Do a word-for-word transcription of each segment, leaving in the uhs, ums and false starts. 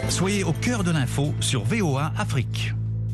Soyez au cœur de l'info sur V O A Afrique.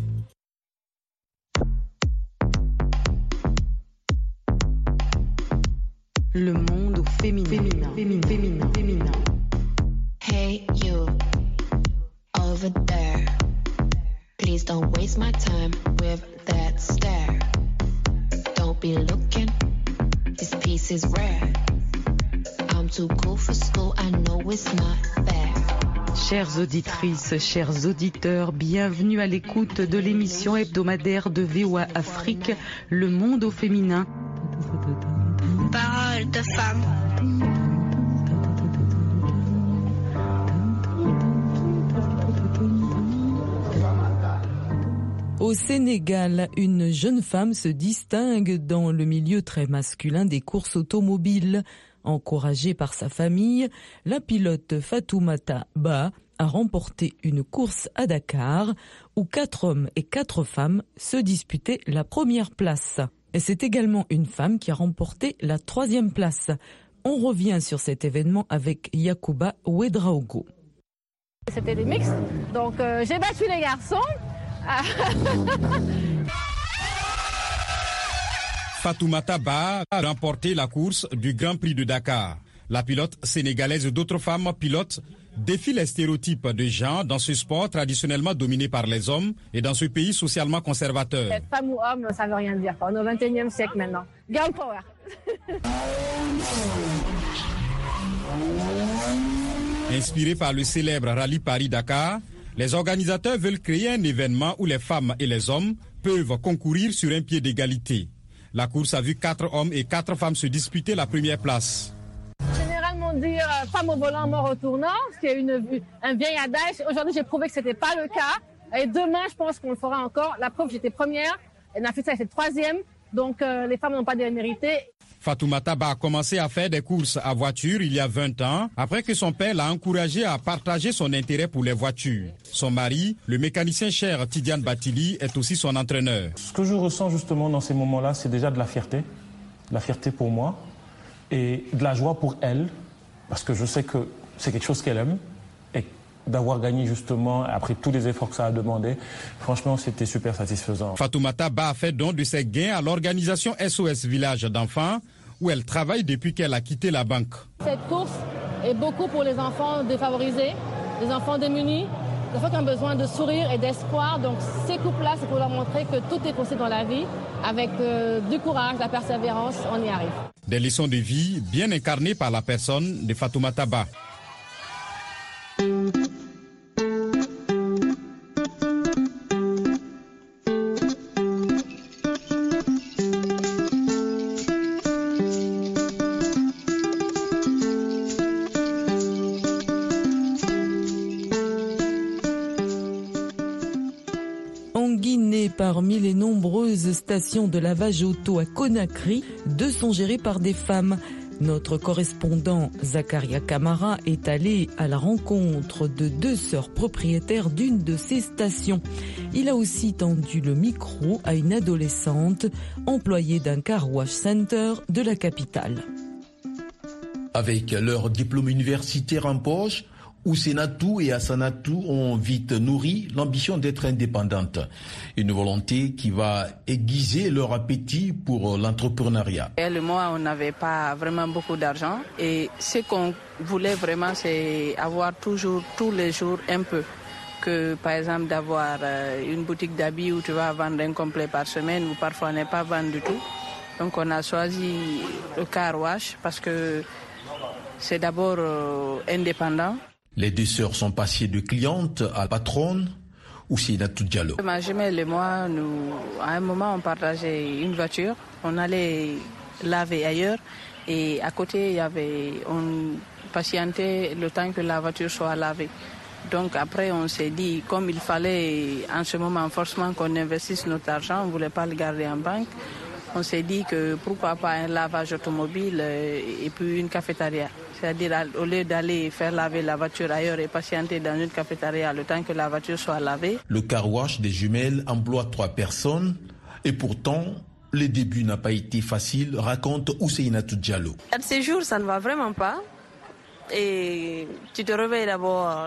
Le monde au féminin. Féminin. Féminin. Féminin. Féminin. Hey you, over there. Please don't waste my time with that stare. Don't be looking, this piece is rare. I'm too cool for school, I know it's not fair. Chères auditrices, chers auditeurs, bienvenue à l'écoute de l'émission hebdomadaire de V O A Afrique, Le monde au féminin. Parole de femme. Au Sénégal, une jeune femme se distingue dans le milieu très masculin des courses automobiles. Encouragée par sa famille, la pilote Fatoumata Ba a remporté une course à Dakar où quatre hommes et quatre femmes se disputaient la première place. Et c'est également une femme qui a remporté la troisième place. On revient sur cet événement avec Yacouba Ouedraogo. C'était des mixtes, donc euh, j'ai battu les garçons. Fatoumata Ba a remporté la course du Grand Prix de Dakar. La pilote sénégalaise et d'autres femmes pilotes défient les stéréotypes de genre dans ce sport traditionnellement dominé par les hommes et dans ce pays socialement conservateur. Être femme ou homme, ça ne veut rien dire. On est au vingt et unième siècle maintenant. Girl power. Inspiré par le célèbre rallye Paris-Dakar, les organisateurs veulent créer un événement où les femmes et les hommes peuvent concourir sur un pied d'égalité. La course a vu quatre hommes et quatre femmes se disputer la première place. Généralement dire euh, femme au volant, mort au tournant, ce qui est une, un vieil adage. Aujourd'hui, j'ai prouvé que ce n'était pas le cas. Et demain, je pense qu'on le fera encore. La preuve, j'étais première. Et Nafisa était troisième. Donc, euh, les femmes n'ont pas démérité. Fatoumata Ba a commencé à faire des courses à voiture il y a vingt ans, après que son père l'a encouragé à partager son intérêt pour les voitures. Son mari, le mécanicien cher Tidiane Batili, est aussi son entraîneur. Ce que je ressens justement dans ces moments-là, c'est déjà de la fierté, de la fierté pour moi et de la joie pour elle, parce que je sais que c'est quelque chose qu'elle aime et d'avoir gagné justement, après tous les efforts que ça a demandé, franchement c'était super satisfaisant. Fatoumata Ba a fait don de ses gains à l'organisation S O S Village d'enfants, où elle travaille depuis qu'elle a quitté la banque. Cette course est beaucoup pour les enfants défavorisés, les enfants démunis, les enfants qui ont besoin de sourire et d'espoir. Donc ces coupes-là, c'est pour leur montrer que tout est possible dans la vie. Avec euh, du courage, de la persévérance, on y arrive. Des leçons de vie bien incarnées par la personne de Fatoumata Ba. Parmi les nombreuses stations de lavage auto à Conakry, deux sont gérées par des femmes. Notre correspondant Zakaria Kamara est allé à la rencontre de deux sœurs propriétaires d'une de ces stations. Il a aussi tendu le micro à une adolescente employée d'un car wash center de la capitale. Avec leur diplôme universitaire en poche, Ousenatou et Assanatou ont vite nourri l'ambition d'être indépendantes. Une volonté qui va aiguiser leur appétit pour l'entrepreneuriat. Elle et moi, on n'avait pas vraiment beaucoup d'argent et ce qu'on voulait vraiment, c'est avoir toujours, tous les jours, un peu. Que par exemple d'avoir une boutique d'habits où tu vas vendre un complet par semaine ou parfois ne pas vendre du tout. Donc on a choisi le car wash parce que c'est d'abord euh, indépendant. Les deux sœurs sont passées de clientes à patronne ou c'est Natou Diallo. Ma jumelle et moi, nous, à un moment, on partageait une voiture. On allait laver ailleurs et à côté, il y avait, on patientait le temps que la voiture soit lavée. Donc après, on s'est dit, comme il fallait en ce moment forcément qu'on investisse notre argent, on ne voulait pas le garder en banque. On s'est dit que pourquoi pas un lavage automobile et puis une cafétéria. C'est-à-dire au lieu d'aller faire laver la voiture ailleurs et patienter dans une cafétéria le temps que la voiture soit lavée. Le car wash des jumelles emploie trois personnes et pourtant le début n'a pas été facile, raconte Ouseinatou Diallo. Ces jours, ça ne va vraiment pas. Et tu te réveilles d'abord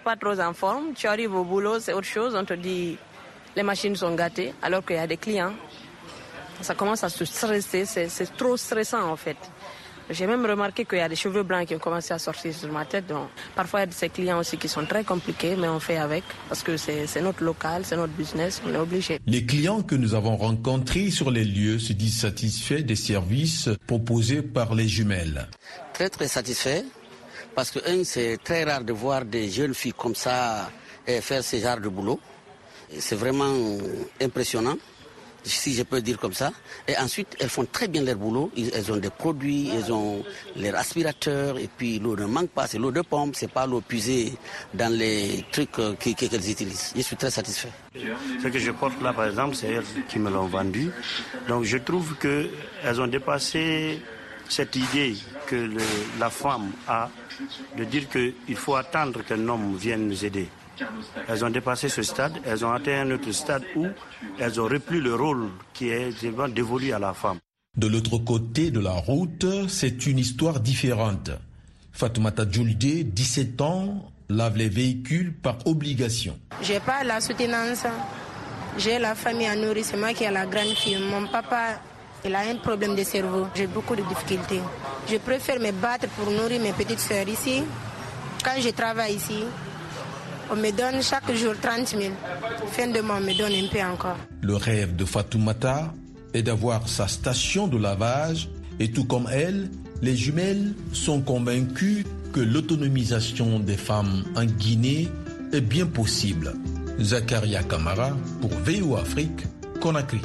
pas trop en forme, tu arrives au boulot, c'est autre chose, on te dit les machines sont gâtées, alors qu'il y a des clients. Ça commence à se stresser, c'est, c'est trop stressant en fait. J'ai même remarqué qu'il y a des cheveux blancs qui ont commencé à sortir sur ma tête. Donc, parfois, il y a de ces clients aussi qui sont très compliqués, mais on fait avec, parce que c'est, c'est notre local, c'est notre business, on est obligé. Les clients que nous avons rencontrés sur les lieux se disent satisfaits des services proposés par les jumelles. Très très satisfaits, parce que un, c'est très rare de voir des jeunes filles comme ça faire ce genre de boulot. C'est vraiment impressionnant, si je peux dire comme ça. Et ensuite, elles font très bien leur boulot. Elles ont des produits, elles ont leurs aspirateurs, et puis l'eau ne manque pas. C'est l'eau de pompe, c'est pas l'eau puisée dans les trucs qu'elles utilisent. Je suis très satisfait. Ce que je porte là, par exemple, c'est elles qui me l'ont vendu. Donc je trouve qu'elles ont dépassé cette idée que le, la femme a de dire qu'il faut attendre qu'un homme vienne nous aider. Elles ont dépassé ce stade, elles ont atteint un autre stade où elles ont repris le rôle qui est dévolu à la femme. De l'autre côté de la route, c'est une histoire différente. Fatoumata Djoulde, dix-sept ans, lave les véhicules par obligation. J'ai pas la soutenance, j'ai la famille à nourrir, c'est moi qui ai la grande fille. Mon papa, il a un problème de cerveau, j'ai beaucoup de difficultés. Je préfère me battre pour nourrir mes petites sœurs ici. Quand je travaille ici, on me donne chaque jour trente mille. Fin de mois, on me donne un peu encore. Le rêve de Fatoumata est d'avoir sa station de lavage et tout comme elle, les jumelles sont convaincues que l'autonomisation des femmes en Guinée est bien possible. Zakaria Kamara pour V O A Afrique, Conakry.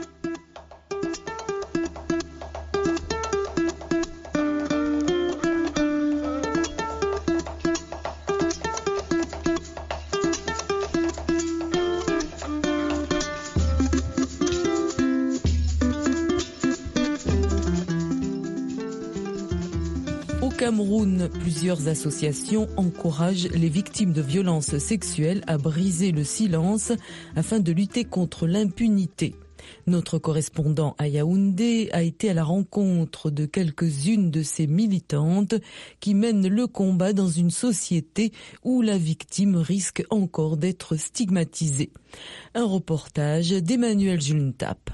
Au Cameroun, plusieurs associations encouragent les victimes de violences sexuelles à briser le silence afin de lutter contre l'impunité. Notre correspondant à Yaoundé a été à la rencontre de quelques-unes de ces militantes qui mènent le combat dans une société où la victime risque encore d'être stigmatisée. Un reportage d'Emmanuel Juntap.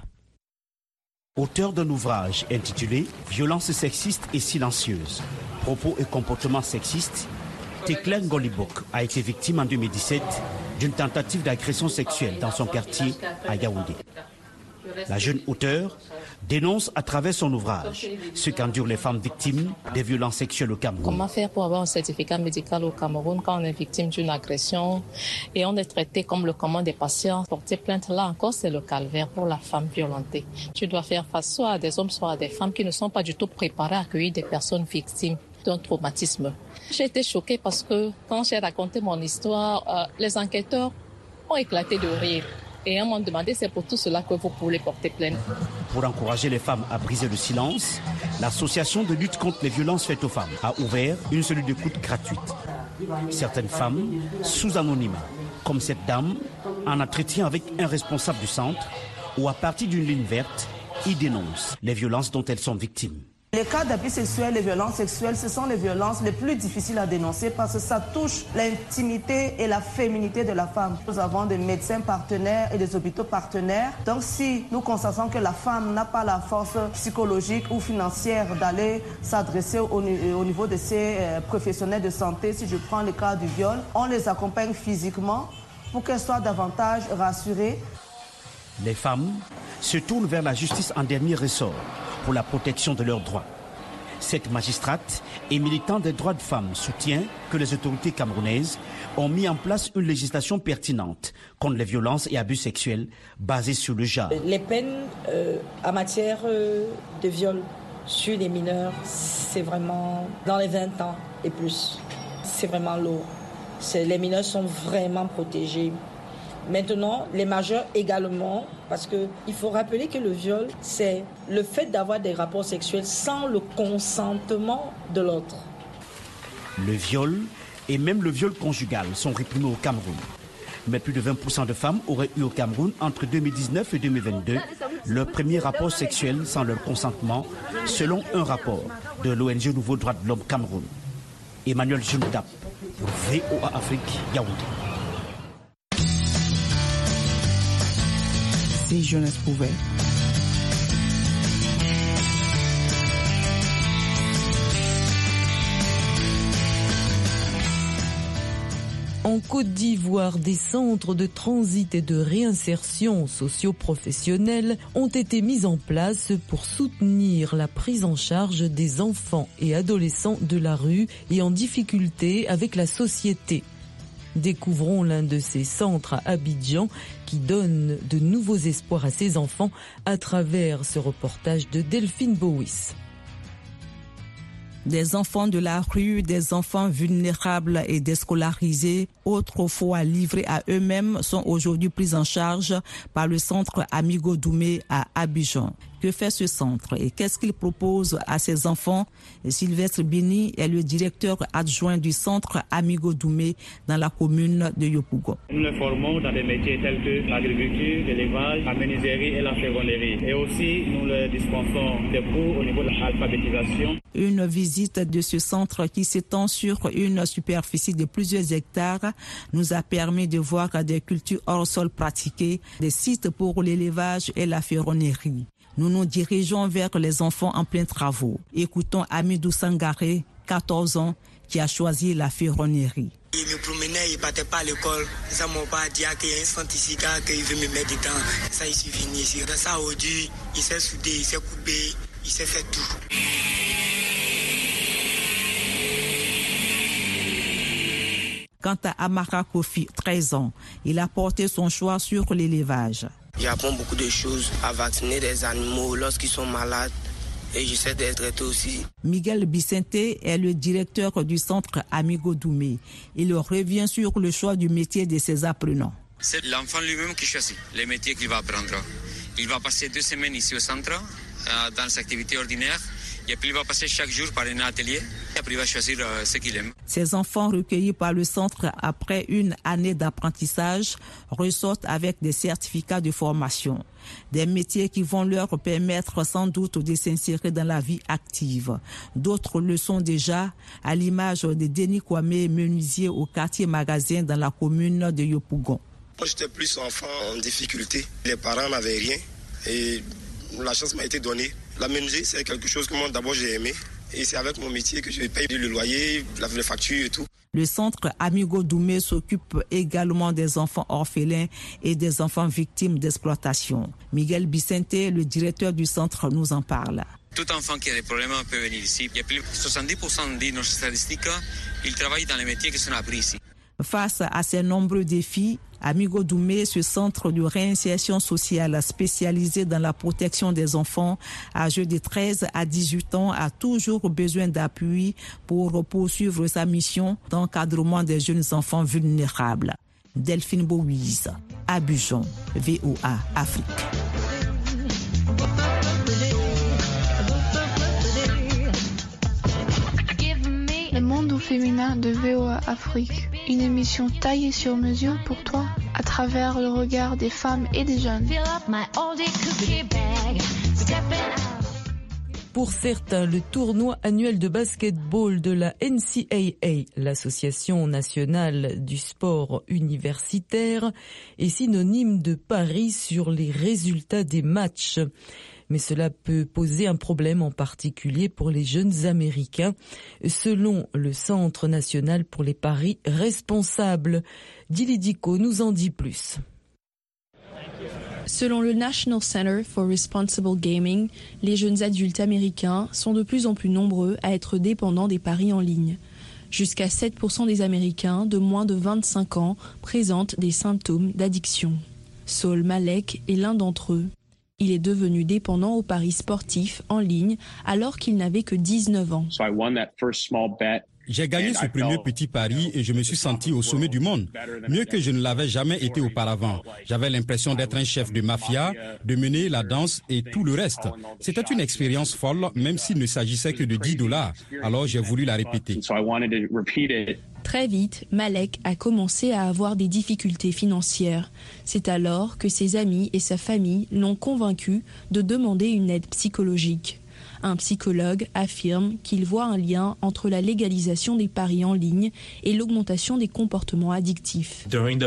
Auteur d'un ouvrage intitulé « Violences sexistes et silencieuses, propos et comportements sexistes », Teklen Golibok a été victime en deux mille dix-sept d'une tentative d'agression sexuelle dans son quartier à Yaoundé. La jeune auteure dénonce à travers son ouvrage ce qu'endurent les femmes victimes des violences sexuelles au Cameroun. Comment faire pour avoir un certificat médical au Cameroun quand on est victime d'une agression et on est traité comme le commun des patients? Porter plainte là encore, c'est le calvaire pour la femme violentée. Tu dois faire face soit à des hommes, soit à des femmes qui ne sont pas du tout préparées à accueillir des personnes victimes d'un traumatisme. J'ai été choquée parce que quand j'ai raconté mon histoire, euh, les enquêteurs ont éclaté de rire. Et ils m'ont demandé, c'est pour tout cela que vous voulez porter plainte. Pour encourager les femmes à briser le silence, l'association de lutte contre les violences faites aux femmes a ouvert une cellule d'écoute gratuite. Certaines femmes, sous anonymat, comme cette dame, en entretien avec un responsable du centre, ou à partir d'une ligne verte, y dénoncent les violences dont elles sont victimes. Les cas d'abus sexuels et violences sexuelles, ce sont les violences les plus difficiles à dénoncer parce que ça touche l'intimité et la féminité de la femme. Nous avons des médecins partenaires et des hôpitaux partenaires. Donc si nous constatons que la femme n'a pas la force psychologique ou financière d'aller s'adresser au, au niveau de ces euh, professionnels de santé, si je prends le cas du viol, on les accompagne physiquement pour qu'elles soient davantage rassurées. Les femmes se tournent vers la justice en dernier ressort pour la protection de leurs droits. Cette magistrate et militante des droits de femmes soutient que les autorités camerounaises ont mis en place une législation pertinente contre les violences et abus sexuels basés sur le genre. Les peines euh, en matière euh, de viol sur les mineurs, c'est vraiment dans les vingt ans et plus. C'est vraiment lourd. C'est, les mineurs sont vraiment protégés. Maintenant, les majeurs également, parce qu'il faut rappeler que le viol, c'est le fait d'avoir des rapports sexuels sans le consentement de l'autre. Le viol et même le viol conjugal sont réprimés au Cameroun. Mais plus de vingt pour cent de femmes auraient eu au Cameroun entre deux mille dix-neuf et deux mille vingt-deux leur premier rapport sexuel sans leur consentement, selon un rapport de l'O N G Nouveau Droit de l'Homme Cameroun. Emmanuel Juntap pour V O A Afrique, Yaoundé. C'est Jonas Pouvet. En Côte d'Ivoire, des centres de transit et de réinsertion socio-professionnelle ont été mis en place pour soutenir la prise en charge des enfants et adolescents de la rue et en difficulté avec la société. Découvrons l'un de ces centres à Abidjan qui donne de nouveaux espoirs à ces enfants à travers ce reportage de Delphine Bowis. Des enfants de la rue, des enfants vulnérables et déscolarisés, autrefois livrés à eux-mêmes, sont aujourd'hui pris en charge par le centre Amigo Doumé à Abidjan. Que fait ce centre et qu'est-ce qu'il propose à ces enfants? Sylvestre Bini est le directeur adjoint du centre Amigo Doumé dans la commune de Yopougon. Nous les formons dans des métiers tels que l'agriculture, l'élevage, la menuiserie et la ferronnerie. Et aussi, nous leur dispensons des cours au niveau de l'alphabétisation. Une visite de ce centre qui s'étend sur une superficie de plusieurs hectares nous a permis de voir des cultures hors sol pratiquées, des sites pour l'élevage et la ferronnerie. Nous nous dirigeons vers les enfants en plein travaux. Écoutons Amidou Sangaré, quatorze ans, qui a choisi la ferronnerie. Il me promenait, il ne partait pas à l'école. Ça m'a pas dit qu'il y a un centre ici qu'il veut me mettre dedans. Ça, il suis venu ici. Dans ça, aujourd'hui, il s'est soudé, il s'est coupé, il s'est fait tout. Quant à Amara Kofi, treize ans, il a porté son choix sur l'élevage. J'apprends beaucoup de choses à vacciner des animaux lorsqu'ils sont malades et j'essaie de les traiter aussi. Miguel Bicente est le directeur du centre Amigo Doumé. Il revient sur le choix du métier de ses apprenants. C'est l'enfant lui-même qui choisit les métiers qu'il va apprendre. Il va passer deux semaines ici au centre, dans ses activités ordinaires. Et puis il va passer chaque jour par un atelier et après il va choisir ce qu'il aime. Ces enfants recueillis par le centre après une année d'apprentissage ressortent avec des certificats de formation. Des métiers qui vont leur permettre sans doute de s'insérer dans la vie active. D'autres le sont déjà, à l'image de Denis Kwame, menuisier au quartier Magasin dans la commune de Yopougon. Moi j'étais plus enfant en difficulté. Les parents n'avaient rien et la chance m'a été donnée. La menuiserie, c'est quelque chose que moi, d'abord, j'ai aimé. Et c'est avec mon métier que je paye le loyer, les factures et tout. Le centre Amigo Doumé s'occupe également des enfants orphelins et des enfants victimes d'exploitation. Miguel Bicente, le directeur du centre, nous en parle. Tout enfant qui a des problèmes peut venir ici. Il y a plus de soixante-dix pour cent de nos statistiques, ils travaillent dans les métiers qui sont appris ici. Face à ces nombreux défis, Amigo Doumé, ce centre de réinsertion sociale spécialisé dans la protection des enfants âgés de treize à dix-huit ans, a toujours besoin d'appui pour poursuivre sa mission d'encadrement des jeunes enfants vulnérables. Delphine Bowis, Abidjan, V O A Afrique. Le monde au féminin de V O A Afrique, une émission taillée sur mesure pour toi à travers le regard des femmes et des jeunes. Pour certains, le tournoi annuel de basketball de la N C A A, l'Association nationale du sport universitaire, est synonyme de pari sur les résultats des matchs. Mais cela peut poser un problème en particulier pour les jeunes Américains, selon le Centre national pour les paris responsables. Dili Diko nous en dit plus. Selon le National Center for Responsible Gaming, les jeunes adultes américains sont de plus en plus nombreux à être dépendants des paris en ligne. Jusqu'à sept pour cent des Américains de moins de vingt-cinq ans présentent des symptômes d'addiction. Saul Malek est l'un d'entre eux. Il est devenu dépendant aux paris sportifs en ligne alors qu'il n'avait que dix-neuf ans. J'ai gagné ce premier petit pari et je me suis senti au sommet du monde, mieux que je ne l'avais jamais été auparavant. J'avais l'impression d'être un chef de mafia, de mener la danse et tout le reste. C'était une expérience folle, même s'il ne s'agissait que de dix dollars. Alors j'ai voulu la répéter. Très vite, Malek a commencé à avoir des difficultés financières. C'est alors que ses amis et sa famille l'ont convaincu de demander une aide psychologique. Un psychologue affirme qu'il voit un lien entre la légalisation des paris en ligne et l'augmentation des comportements addictifs.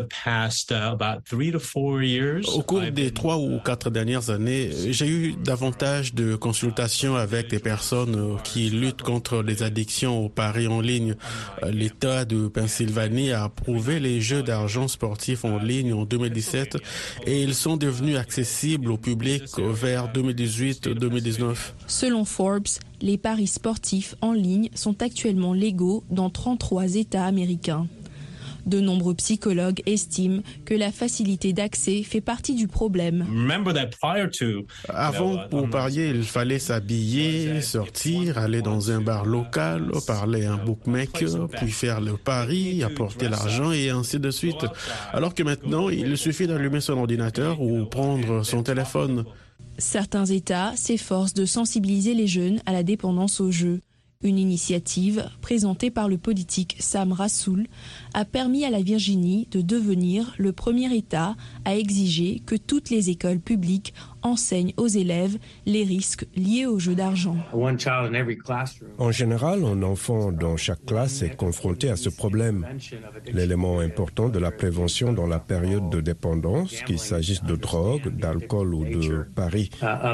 Au cours des trois ou quatre dernières années, j'ai eu davantage de consultations avec des personnes qui luttent contre les addictions aux paris en ligne. L'État de Pennsylvanie a approuvé les jeux d'argent sportifs en ligne en deux mille dix-sept et ils sont devenus accessibles au public vers deux mille dix-huit deux mille dix-neuf. Selon Forbes, les paris sportifs en ligne sont actuellement légaux dans trente-trois États américains. De nombreux psychologues estiment que la facilité d'accès fait partie du problème. Avant, pour parier, il fallait s'habiller, sortir, aller dans un bar local, parler à un bookmaker, puis faire le pari, apporter l'argent et ainsi de suite. Alors que maintenant, il suffit d'allumer son ordinateur ou prendre son téléphone. Certains États s'efforcent de sensibiliser les jeunes à la dépendance aux jeux. Une initiative présentée par le politique Sam Rassoul a permis à la Virginie de devenir le premier État à exiger que toutes les écoles publiques enseignent aux élèves les risques liés aux jeux d'argent. En général, un enfant dans chaque classe est confronté à ce problème. L'élément important de la prévention dans la période de dépendance, qu'il s'agisse de drogue, d'alcool ou de paris.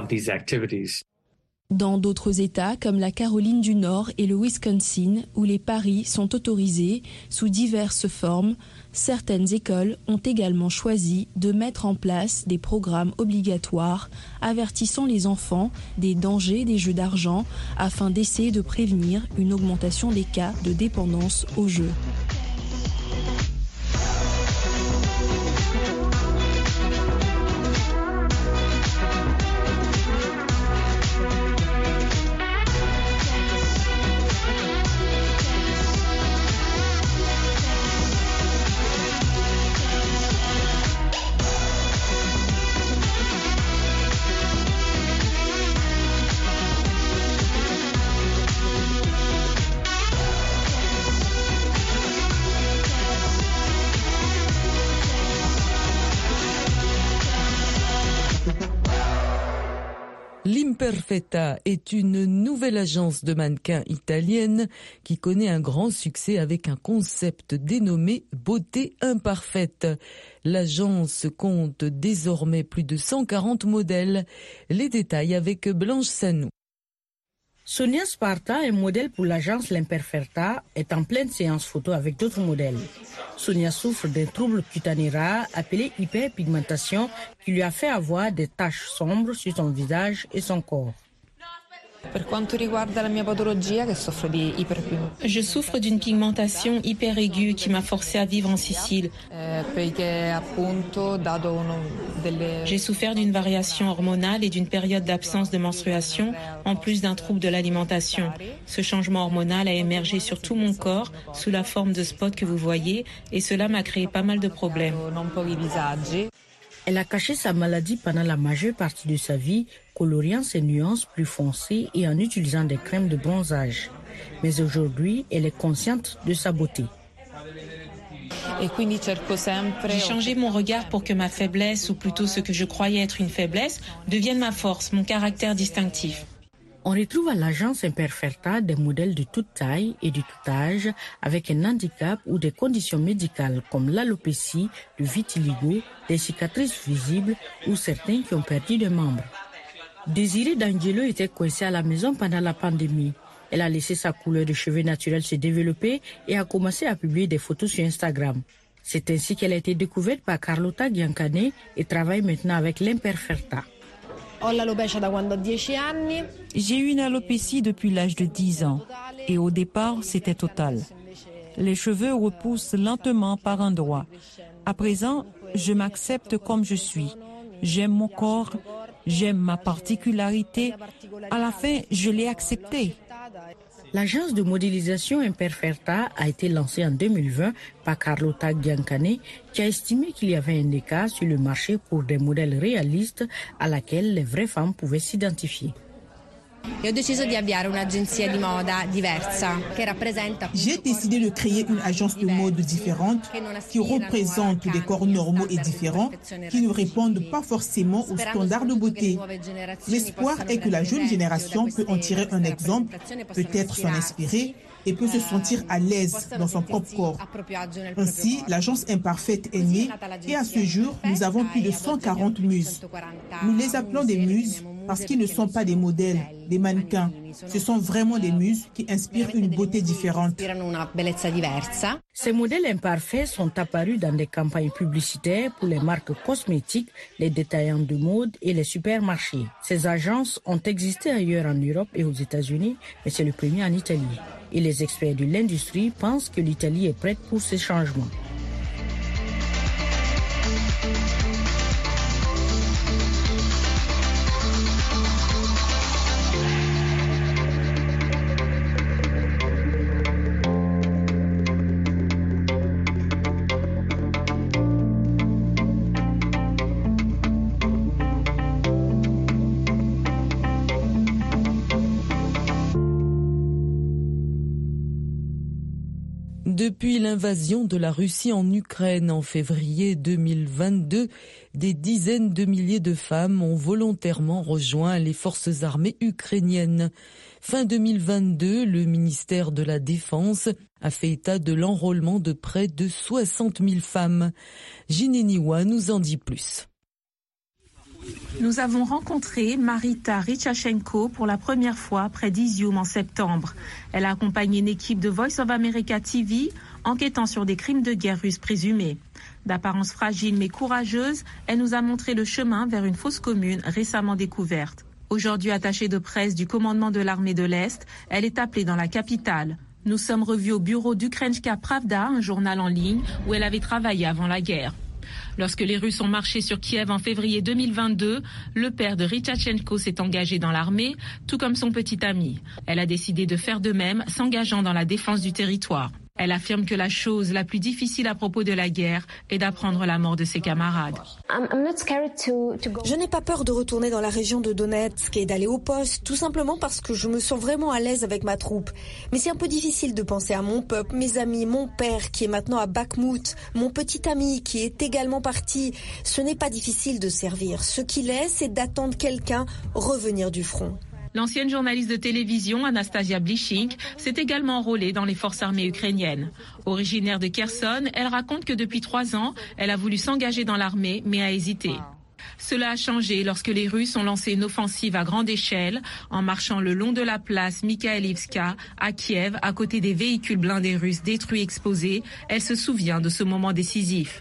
Dans d'autres États comme la Caroline du Nord et le Wisconsin, où les paris sont autorisés sous diverses formes, certaines écoles ont également choisi de mettre en place des programmes obligatoires avertissant les enfants des dangers des jeux d'argent afin d'essayer de prévenir une augmentation des cas de dépendance aux jeux. L'Imperfetta est une nouvelle agence de mannequins italienne qui connaît un grand succès avec un concept dénommé Beauté imparfaite. L'agence compte désormais plus de cent quarante modèles. Les détails avec Blanche Sanou. Sonia Sparta, un modèle pour l'agence L'Imperfetta, est en pleine séance photo avec d'autres modèles. Sonia souffre d'un trouble cutané rare appelé hyperpigmentation qui lui a fait avoir des taches sombres sur son visage et son corps. Je souffre d'une pigmentation hyper aiguë qui m'a forcée à vivre en Sicile. J'ai souffert d'une variation hormonale et d'une période d'absence de menstruation, en plus d'un trouble de l'alimentation. Ce changement hormonal a émergé sur tout mon corps sous la forme de spots que vous voyez et cela m'a créé pas mal de problèmes. Elle a caché sa maladie pendant la majeure partie de sa vie, coloriant ses nuances plus foncées et en utilisant des crèmes de bronzage. Mais aujourd'hui, elle est consciente de sa beauté. J'ai changé mon regard pour que ma faiblesse, ou plutôt ce que je croyais être une faiblesse, devienne ma force, mon caractère distinctif. On retrouve à l'agence Imperfetta des modèles de toute taille et de tout âge avec un handicap ou des conditions médicales comme l'alopécie, le vitiligo, des cicatrices visibles ou certains qui ont perdu des membres. Désirée D'Angelo était coincée à la maison pendant la pandémie. Elle a laissé sa couleur de cheveux naturelle se développer et a commencé à publier des photos sur Instagram. C'est ainsi qu'elle a été découverte par Carlotta Giancane et travaille maintenant avec l'Imperfetta. J'ai eu une alopécie depuis l'âge de dix ans et au départ, c'était total. Les cheveux repoussent lentement par endroits. À présent, je m'accepte comme je suis. J'aime mon corps, j'aime ma particularité. À la fin, je l'ai accepté. L'agence de modélisation Imperfetta a été lancée en deux mille vingt par Carlotta Giancane qui a estimé qu'il y avait un écart sur le marché pour des modèles réalistes à laquelle les vraies femmes pouvaient s'identifier. J'ai décidé de créer une agence de mode différente qui représente des corps normaux et différents qui ne répondent pas forcément aux standards de beauté. L'espoir est que la jeune génération peut en tirer un exemple, peut-être s'en inspirer et peut se sentir à l'aise dans son propre corps. Ainsi, l'agence Imparfaite est née et à ce jour, nous avons plus de cent quarante muses. Nous les appelons des muses parce qu'ils ne sont pas des modèles, des mannequins. Ce sont vraiment des muses qui inspirent une beauté différente. Ces modèles imparfaits sont apparus dans des campagnes publicitaires pour les marques cosmétiques, les détaillants de mode et les supermarchés. Ces agences ont existé ailleurs en Europe et aux États-Unis, mais c'est le premier en Italie. Et les experts de l'industrie pensent que l'Italie est prête pour ces changements. Depuis l'invasion de la Russie en Ukraine en février deux mille vingt-deux, des dizaines de milliers de femmes ont volontairement rejoint les forces armées ukrainiennes. Fin deux mille vingt-deux, le ministère de la Défense a fait état de l'enrôlement de près de soixante mille femmes. Jineniwa nous en dit plus. Nous avons rencontré Marita Richachenko pour la première fois près d'Izium en septembre. Elle a accompagné une équipe de Voice of America T V enquêtant sur des crimes de guerre russes présumés. D'apparence fragile mais courageuse, elle nous a montré le chemin vers une fosse commune récemment découverte. Aujourd'hui attachée de presse du commandement de l'armée de l'Est, elle est appelée dans la capitale. Nous sommes revus au bureau d'Ukrainska Pravda, un journal en ligne où elle avait travaillé avant la guerre. Lorsque les Russes ont marché sur Kiev en février deux mille vingt-deux, le père de Richachenko s'est engagé dans l'armée, tout comme son petit ami. Elle a décidé de faire de même, s'engageant dans la défense du territoire. Elle affirme que la chose la plus difficile à propos de la guerre est d'apprendre la mort de ses camarades. Je n'ai pas peur de retourner dans la région de Donetsk et d'aller au poste, tout simplement parce que je me sens vraiment à l'aise avec ma troupe. Mais c'est un peu difficile de penser à mon peuple, mes amis, mon père qui est maintenant à Bakhmout, mon petit ami qui est également parti. Ce n'est pas difficile de servir. Ce qu'il est, c'est d'attendre quelqu'un revenir du front. L'ancienne journaliste de télévision Anastasia Blishink s'est également enrôlée dans les forces armées ukrainiennes. Originaire de Kherson, elle raconte que depuis trois ans, elle a voulu s'engager dans l'armée mais a hésité. Cela a changé lorsque les Russes ont lancé une offensive à grande échelle en marchant le long de la place Mikhaïlivska à Kiev à côté des véhicules blindés russes détruits et exposés. Elle se souvient de ce moment décisif.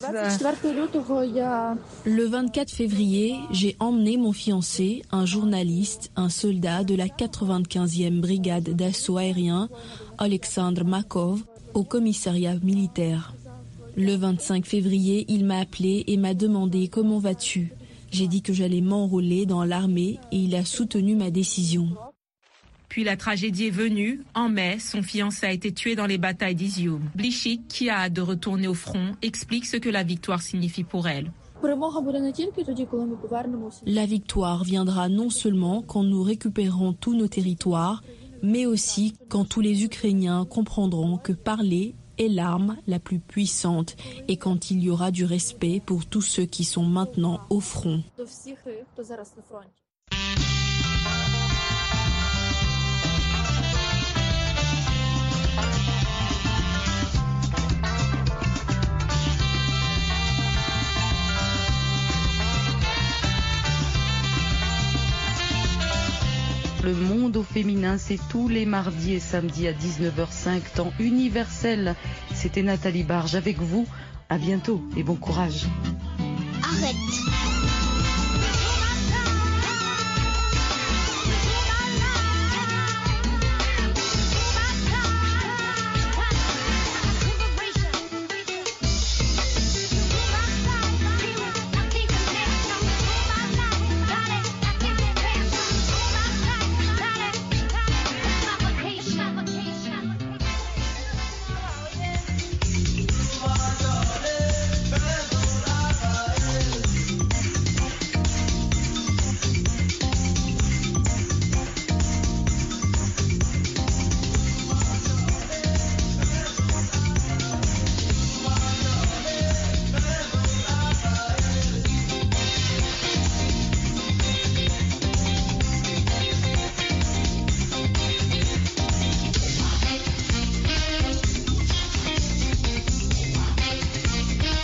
Le vingt-quatre février, j'ai emmené mon fiancé, un journaliste, un soldat de la quatre-vingt-quinzième brigade d'assaut aérien, Alexandre Makov, au commissariat militaire. Le vingt-cinq février, il m'a appelé et m'a demandé « Comment vas-tu » J'ai dit que j'allais m'enrôler dans l'armée et il a soutenu ma décision. Puis la tragédie est venue. En mai, son fiancé a été tué dans les batailles d'Izium. Blishik, qui a hâte de retourner au front, explique ce que la victoire signifie pour elle. La victoire viendra non seulement quand nous récupérerons tous nos territoires, mais aussi quand tous les Ukrainiens comprendront que parler est l'arme la plus puissante et quand il y aura du respect pour tous ceux qui sont maintenant au front. Le monde au féminin, c'est tous les mardis et samedis à dix-neuf heures cinq, temps universel. C'était Nathalie Barge avec vous. À bientôt et bon courage. Arrête.